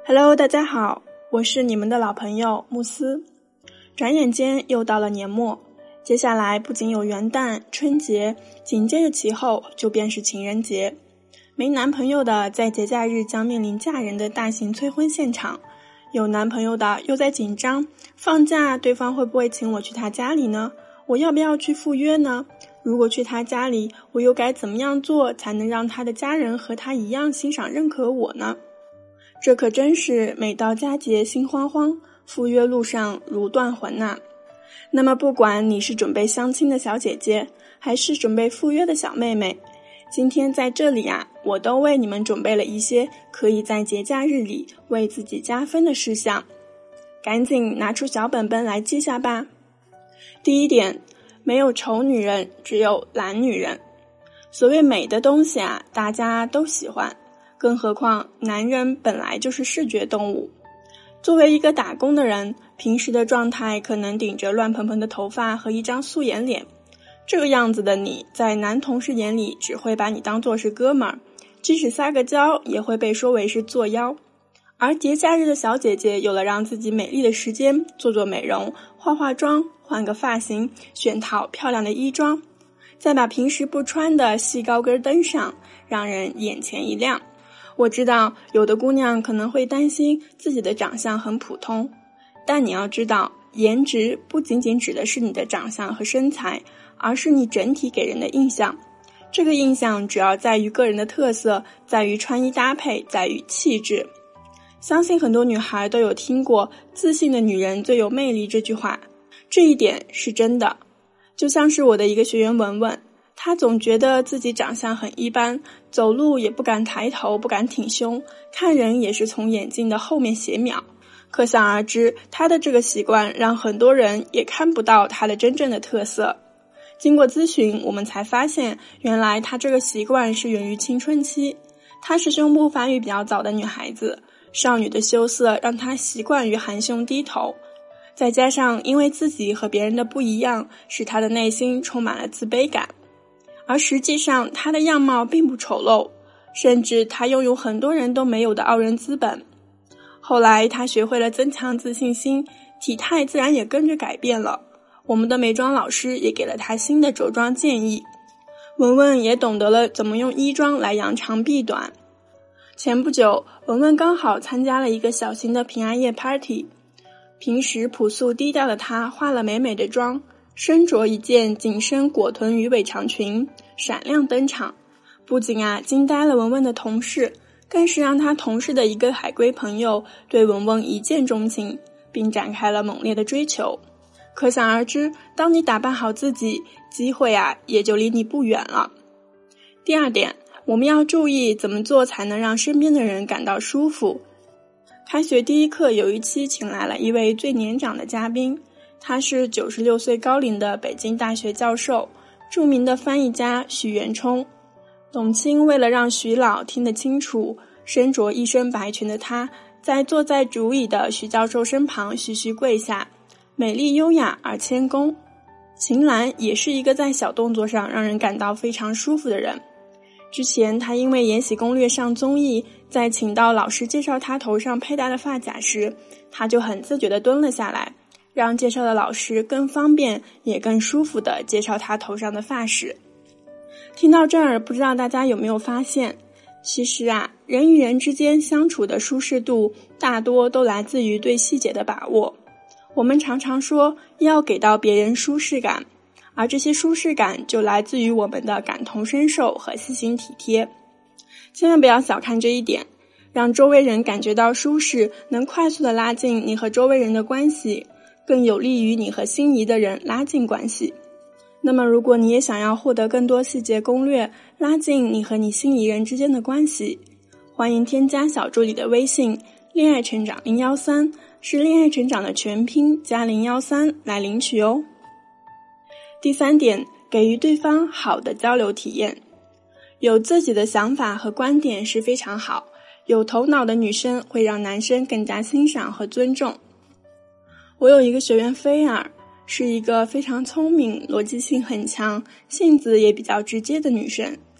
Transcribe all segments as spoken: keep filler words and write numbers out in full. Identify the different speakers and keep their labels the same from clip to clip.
Speaker 1: Hello， 大家好，我是你们的老朋友慕斯。转眼间又到了年末，接下来不仅有元旦、春节，紧接着其后就便是情人节。没男朋友的在节假日将面临嫁人的大型催婚现场，有男朋友的又在紧张，放假对方会不会请我去他家里呢？我要不要去赴约呢？如果去他家里，我又该怎么样做才能让他的家人和他一样欣赏认可我呢？这可真是每到佳节心慌慌，赴约路上如断魂呐。那么不管你是准备相亲的小姐姐，还是准备赴约的小妹妹，今天在这里啊，我都为你们准备了一些可以在节假日里为自己加分的事项，赶紧拿出小本本来记下吧。第一点，没有丑女人，只有懒女人。所谓美的东西啊，大家都喜欢，更何况男人本来就是视觉动物。作为一个打工的人，平时的状态可能顶着乱蓬蓬的头发和一张素颜脸，这个样子的你，在男同事眼里只会把你当作是哥们儿，即使撒个娇也会被说为是作妖。而节假日的小姐姐有了让自己美丽的时间，做做美容，化化妆，换个发型，选套漂亮的衣装，再把平时不穿的系高跟登上，让人眼前一亮。我知道有的姑娘可能会担心自己的长相很普通，但你要知道，颜值不仅仅指的是你的长相和身材，而是你整体给人的印象。这个印象主要在于个人的特色，在于穿衣搭配，在于气质。相信很多女孩都有听过自信的女人最有魅力这句话，这一点是真的。就像是我的一个学员文文，她总觉得自己长相很一般，走路也不敢抬头，不敢挺胸，看人也是从眼镜的后面斜瞄。可想而知，她的这个习惯让很多人也看不到她的真正的特色。经过咨询，我们才发现，原来她这个习惯是源于青春期。她是胸部发育比较早的女孩子，少女的羞涩让她习惯于含胸低头，再加上因为自己和别人的不一样，使她的内心充满了自卑感。而实际上她的样貌并不丑陋，甚至她拥有很多人都没有的傲人资本。后来她学会了增强自信心，体态自然也跟着改变了。我们的美妆老师也给了她新的着装建议，文文也懂得了怎么用衣装来扬长避短。前不久，文文刚好参加了一个小型的平安夜 party， 平时朴素低调的她化了美美的妆，身着一件紧身裹臀鱼尾长裙，闪亮登场。不仅啊惊呆了文文的同事，更是让她同事的一个海归朋友对文文一见钟情，并展开了猛烈的追求。可想而知，当你打扮好自己，机会啊也就离你不远了。第二点，我们要注意怎么做才能让身边的人感到舒服。开学第一课有一期请来了一位最年长的嘉宾，他是九十六岁高龄的北京大学教授，著名的翻译家许元冲。董卿为了让许老听得清楚，身着一身白裙的他，在坐在主椅的许教授身旁徐徐跪下，美丽优雅而谦恭。秦岚也是一个在小动作上让人感到非常舒服的人。之前他因为《延禧攻略》上综艺，在请到老师介绍他头上佩戴的发夹时，他就很自觉地蹲了下来，让介绍的老师更方便也更舒服地介绍他头上的发饰。听到这儿，不知道大家有没有发现，其实啊，人与人之间相处的舒适度大多都来自于对细节的把握。我们常常说要给到别人舒适感，而这些舒适感就来自于我们的感同身受和细心体贴。千万不要小看这一点，让周围人感觉到舒适，能快速地拉近你和周围人的关系，更有利于你和心仪的人拉近关系。那么如果你也想要获得更多细节攻略，拉近你和你心仪人之间的关系，欢迎添加小助理的微信恋爱成长零一三，是恋爱成长的全拼加零一三来领取哦。第三点，给予对方好的交流体验。有自己的想法和观点是非常好，有头脑的女生会让男生更加欣赏和尊重。我有一个学员菲尔，是一个非常聪明、逻辑性很强、性子也比较直接的女生。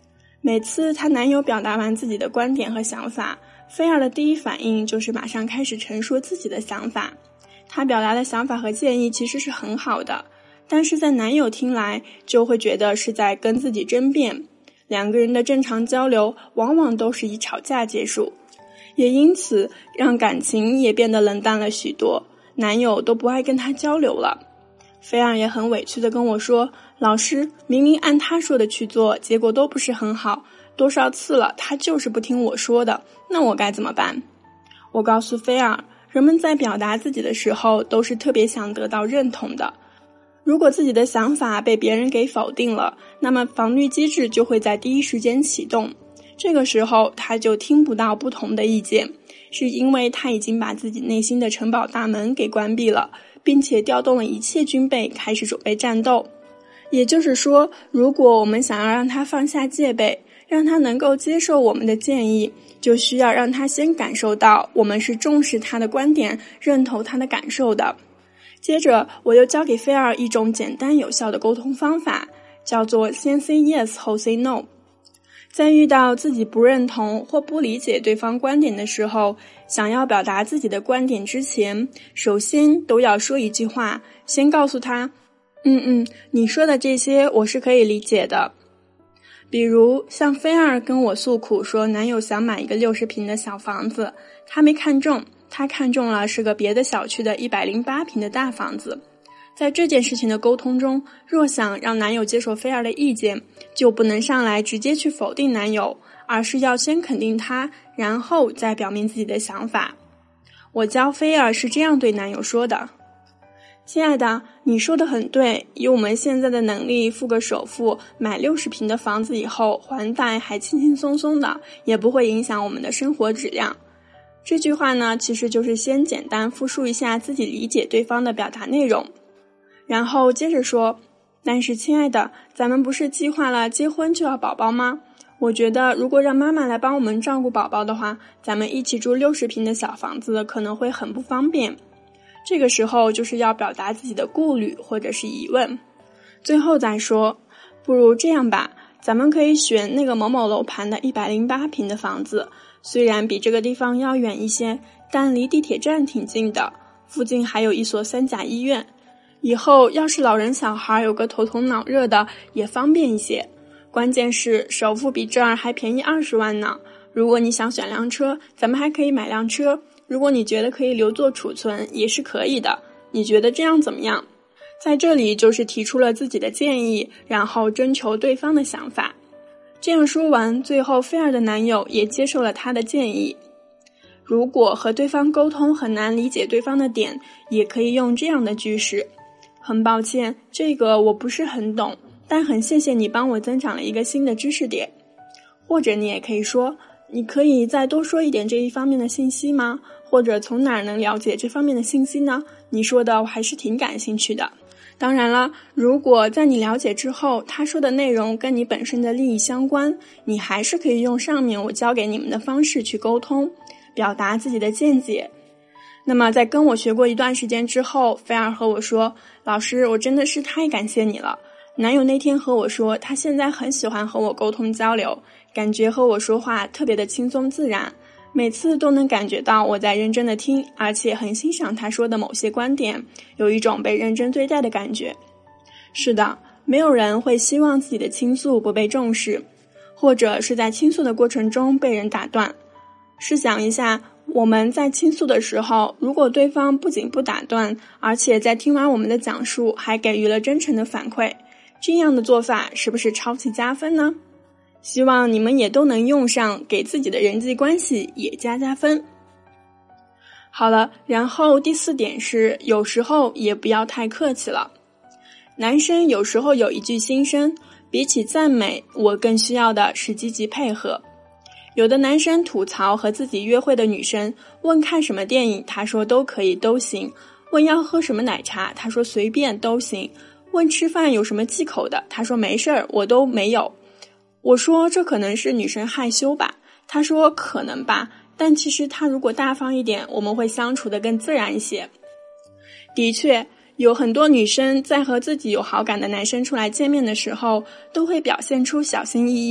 Speaker 1: 每次她男友表达完自己的观点和想法，菲儿的第一反应就是马上开始陈述自己的想法。她表达的想法和建议其实是很好的，但是在男友听来就会觉得是在跟自己争辩，两个人的正常交流往往都是以吵架结束，也因此让感情也变得冷淡了许多，男友都不爱跟她交流了。菲儿也很委屈地跟我说，老师，明明按他说的去做，结果都不是很好，多少次了他就是不听我说的，那我该怎么办？我告诉菲儿，人们在表达自己的时候都是特别想得到认同的，如果自己的想法被别人给否定了，那么防御机制就会在第一时间启动，这个时候他就听不到不同的意见，是因为他已经把自己内心的城堡大门给关闭了，并且调动了一切军备开始准备战斗。也就是说，如果我们想要让他放下戒备，让他能够接受我们的建议，就需要让他先感受到我们是重视他的观点，认同他的感受的。接着我又教给菲儿一种简单有效的沟通方法，叫做先 say yes 后 say no。 在遇到自己不认同或不理解对方观点的时候，想要表达自己的观点之前，首先都要说一句话，先告诉他，嗯嗯，你说的这些我是可以理解的。比如像菲儿跟我诉苦说，男友想买一个六十平的小房子，他没看中，他看中了是个别的小区的一百零八平的大房子。在这件事情的沟通中，若想让男友接受菲儿的意见，就不能上来直接去否定男友，而是要先肯定他，然后再表明自己的想法。我教菲儿是这样对男友说的，亲爱的，你说的很对，以我们现在的能力付个首付，买六十平的房子以后还贷还轻轻松松的，也不会影响我们的生活质量。这句话呢，其实就是先简单复述一下自己理解对方的表达内容，然后接着说，但是亲爱的，咱们不是计划了结婚就要宝宝吗？我觉得如果让妈妈来帮我们照顾宝宝的话，咱们一起住六十平的小房子可能会很不方便。这个时候就是要表达自己的顾虑或者是疑问，最后再说，不如这样吧，咱们可以选那个某某楼盘的一百零八平的房子，虽然比这个地方要远一些，但离地铁站挺近的，附近还有一所三甲医院，以后要是老人小孩有个头疼脑热的也方便一些。关键是首付比这儿还便宜二十万呢，如果你想选辆车，咱们还可以买辆车，如果你觉得可以留作储存也是可以的，你觉得这样怎么样？在这里就是提出了自己的建议，然后征求对方的想法。这样说完，最后菲儿的男友也接受了她的建议。如果和对方沟通很难理解对方的点，也可以用这样的句式，很抱歉，这个我不是很懂，但很谢谢你帮我增长了一个新的知识点。或者你也可以说，你可以再多说一点这一方面的信息吗？或者从哪儿能了解这方面的信息呢？你说的我还是挺感兴趣的。当然了，如果在你了解之后，他说的内容跟你本身的利益相关，你还是可以用上面我教给你们的方式去沟通，表达自己的见解。那么在跟我学过一段时间之后，菲儿和我说，老师，我真的是太感谢你了。男友那天和我说，他现在很喜欢和我沟通交流，感觉和我说话特别的轻松自然，每次都能感觉到我在认真的听，而且很欣赏他说的某些观点，有一种被认真对待的感觉。是的，没有人会希望自己的倾诉不被重视，或者是在倾诉的过程中被人打断。试想一下，我们在倾诉的时候，如果对方不仅不打断，而且在听完我们的讲述还给予了真诚的反馈，这样的做法是不是超级加分呢？希望你们也都能用上，给自己的人际关系也加加分。好了，然后第四点是，有时候也不要太客气了。男生有时候有一句心声，比起赞美，我更需要的是积极配合。有的男生吐槽和自己约会的女生，问看什么电影，他说都可以都行，问要喝什么奶茶，他说随便都行，问吃饭有什么忌口的，他说没事儿，我都没有。我说这可能是女生害羞吧，他说可能吧，但其实他如果大方一点，我们会相处得更自然一些。的确，有很多女生在和自己有好感的男生出来见面的时候，都会表现出小心翼翼，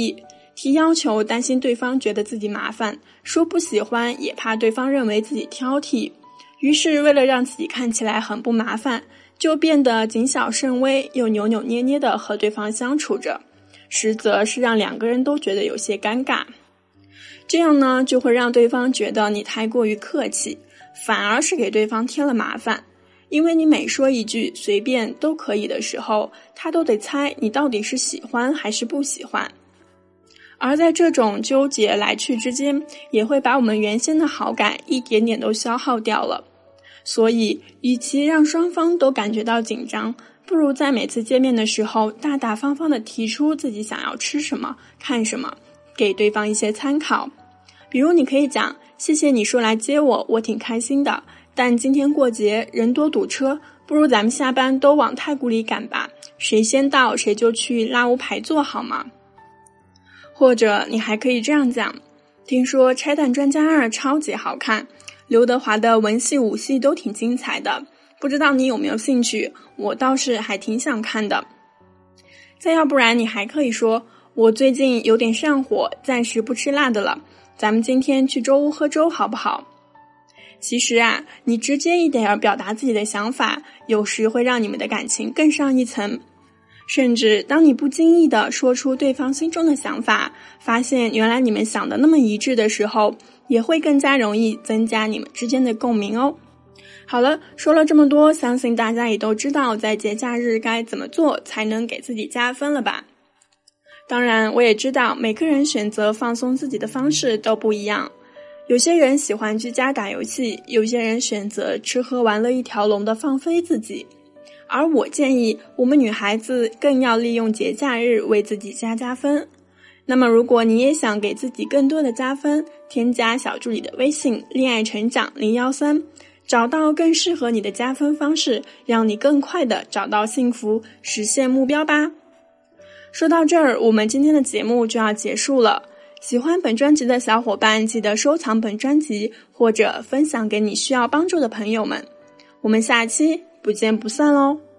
Speaker 1: 提要求担心对方觉得自己麻烦，说不喜欢也怕对方认为自己挑剔，于是为了让自己看起来很不麻烦，就变得谨小慎微又扭扭捏捏地和对方相处着，实则是让两个人都觉得有些尴尬。这样呢，就会让对方觉得你太过于客气，反而是给对方添了麻烦。因为你每说一句随便都可以的时候，他都得猜你到底是喜欢还是不喜欢。而在这种纠结来去之间，也会把我们原先的好感一点点都消耗掉了。所以，与其让双方都感觉到紧张，不如在每次见面的时候，大大方方地提出自己想要吃什么、看什么，给对方一些参考。比如你可以讲，谢谢你说来接我，我挺开心的，但今天过节人多堵车，不如咱们下班都往太古里赶吧，谁先到谁就去拉屋排座好吗？或者你还可以这样讲，听说拆弹专家二超级好看，刘德华的文戏武戏都挺精彩的，不知道你有没有兴趣，我倒是还挺想看的。再要不然你还可以说，我最近有点上火，暂时不吃辣的了，咱们今天去粥屋喝粥好不好？其实啊，你直接一点表达自己的想法，有时会让你们的感情更上一层。甚至当你不经意地说出对方心中的想法，发现原来你们想的那么一致的时候，也会更加容易增加你们之间的共鸣哦。好了，说了这么多，相信大家也都知道在节假日该怎么做才能给自己加分了吧。当然，我也知道每个人选择放松自己的方式都不一样，有些人喜欢居家打游戏，有些人选择吃喝玩乐一条龙的放飞自己。而我建议我们女孩子更要利用节假日为自己加加分。那么如果你也想给自己更多的加分，添加小助理的微信恋爱成长零一三，找到更适合你的加分方式，让你更快的找到幸福，实现目标吧。说到这儿，我们今天的节目就要结束了。喜欢本专辑的小伙伴记得收藏本专辑，或者分享给你需要帮助的朋友们。我们下期不见不散喽。